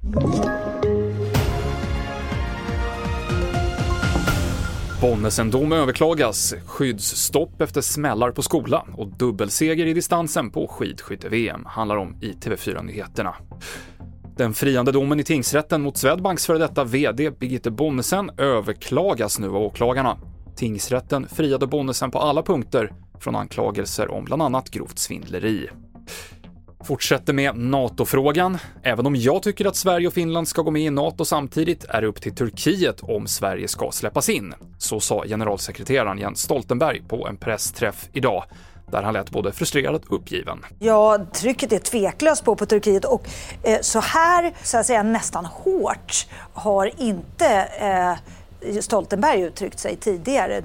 Bonnesen-dom överklagas, skyddsstopp efter smällar på skola och dubbelseger i distansen på skidskytte-VM handlar om i TV4-nyheterna. Den friande domen i tingsrätten mot Swedbanks före detta vd Birgitte Bonnesen överklagas nu av åklagarna. Tingsrätten friade Bonnesen på alla punkter från anklagelser om bland annat grovt svindleri. Fortsätter med NATO-frågan. Även om jag tycker att Sverige och Finland ska gå med i NATO samtidigt är det upp till Turkiet om Sverige ska släppas in. Så sa generalsekreteraren Jens Stoltenberg på en pressträff idag, där han lät både frustrerad och uppgiven. Ja, trycket är tveklöst på Turkiet och så här så att säga nästan hårt har inte Stoltenberg uttryckt sig tidigare.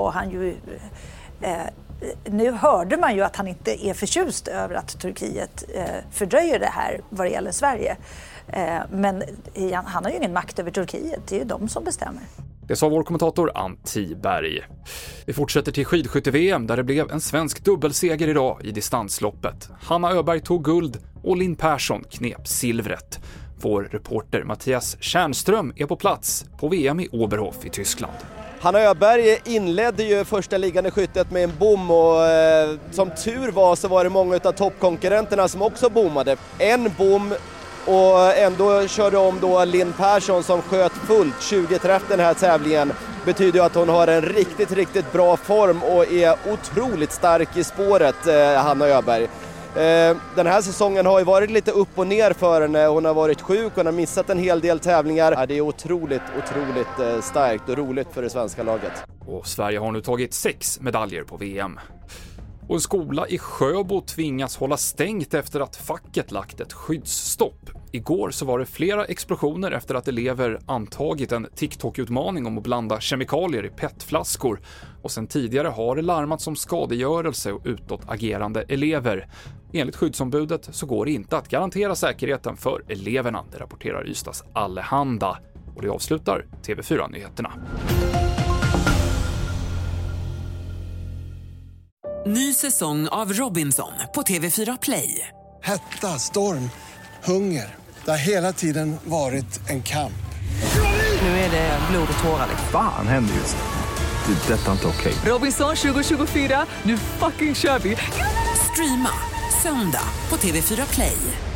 Nu hörde man ju att han inte är förtjust över att Turkiet fördröjer det här vad det gäller Sverige. Men han har ju ingen makt över Turkiet, det är ju de som bestämmer. Det sa vår kommentator Ann Tiberg. Vi fortsätter till skidskytte-VM där det blev en svensk dubbelseger idag i distansloppet. Hanna Öberg tog guld och Linn Persson knep silvret. Vår reporter Mattias Tjärnström är på plats på VM i Oberhof i Tyskland. Hanna Öberg inledde ju första liggande skyttet med en bom och som tur var så var det många av toppkonkurrenterna som också bommade. En bom och ändå körde om då Linn Persson som sköt fullt 20 träff den här tävlingen. Betyder ju att hon har en riktigt bra form och är otroligt stark i spåret, Hanna Öberg. Den här säsongen har ju varit lite upp och ner för henne. Hon har varit sjuk, hon har missat en hel del tävlingar. Det är otroligt starkt och roligt för det svenska laget. Och Sverige har nu tagit 6 medaljer på VM. Och en skola i Sjöbo tvingas hålla stängt efter att facket lagt ett skyddsstopp. Igår så var det flera explosioner efter att elever antagit en TikTok-utmaning om att blanda kemikalier i petflaskor. Och sen tidigare har det larmats om skadegörelse och utåtagerande elever. Enligt skyddsombudet så går det inte att garantera säkerheten för eleverna, det rapporterar Ystads Allehanda. Och det avslutar TV4-nyheterna. Ny säsong av Robinson på TV4 Play. Hetta, storm, hunger. Det har hela tiden varit en kamp. Nu är det blod och tårar. Fan händer just nu. Det är detta inte okej. Robinson 2024, nu fucking kör vi. Streama söndag på TV4 Play.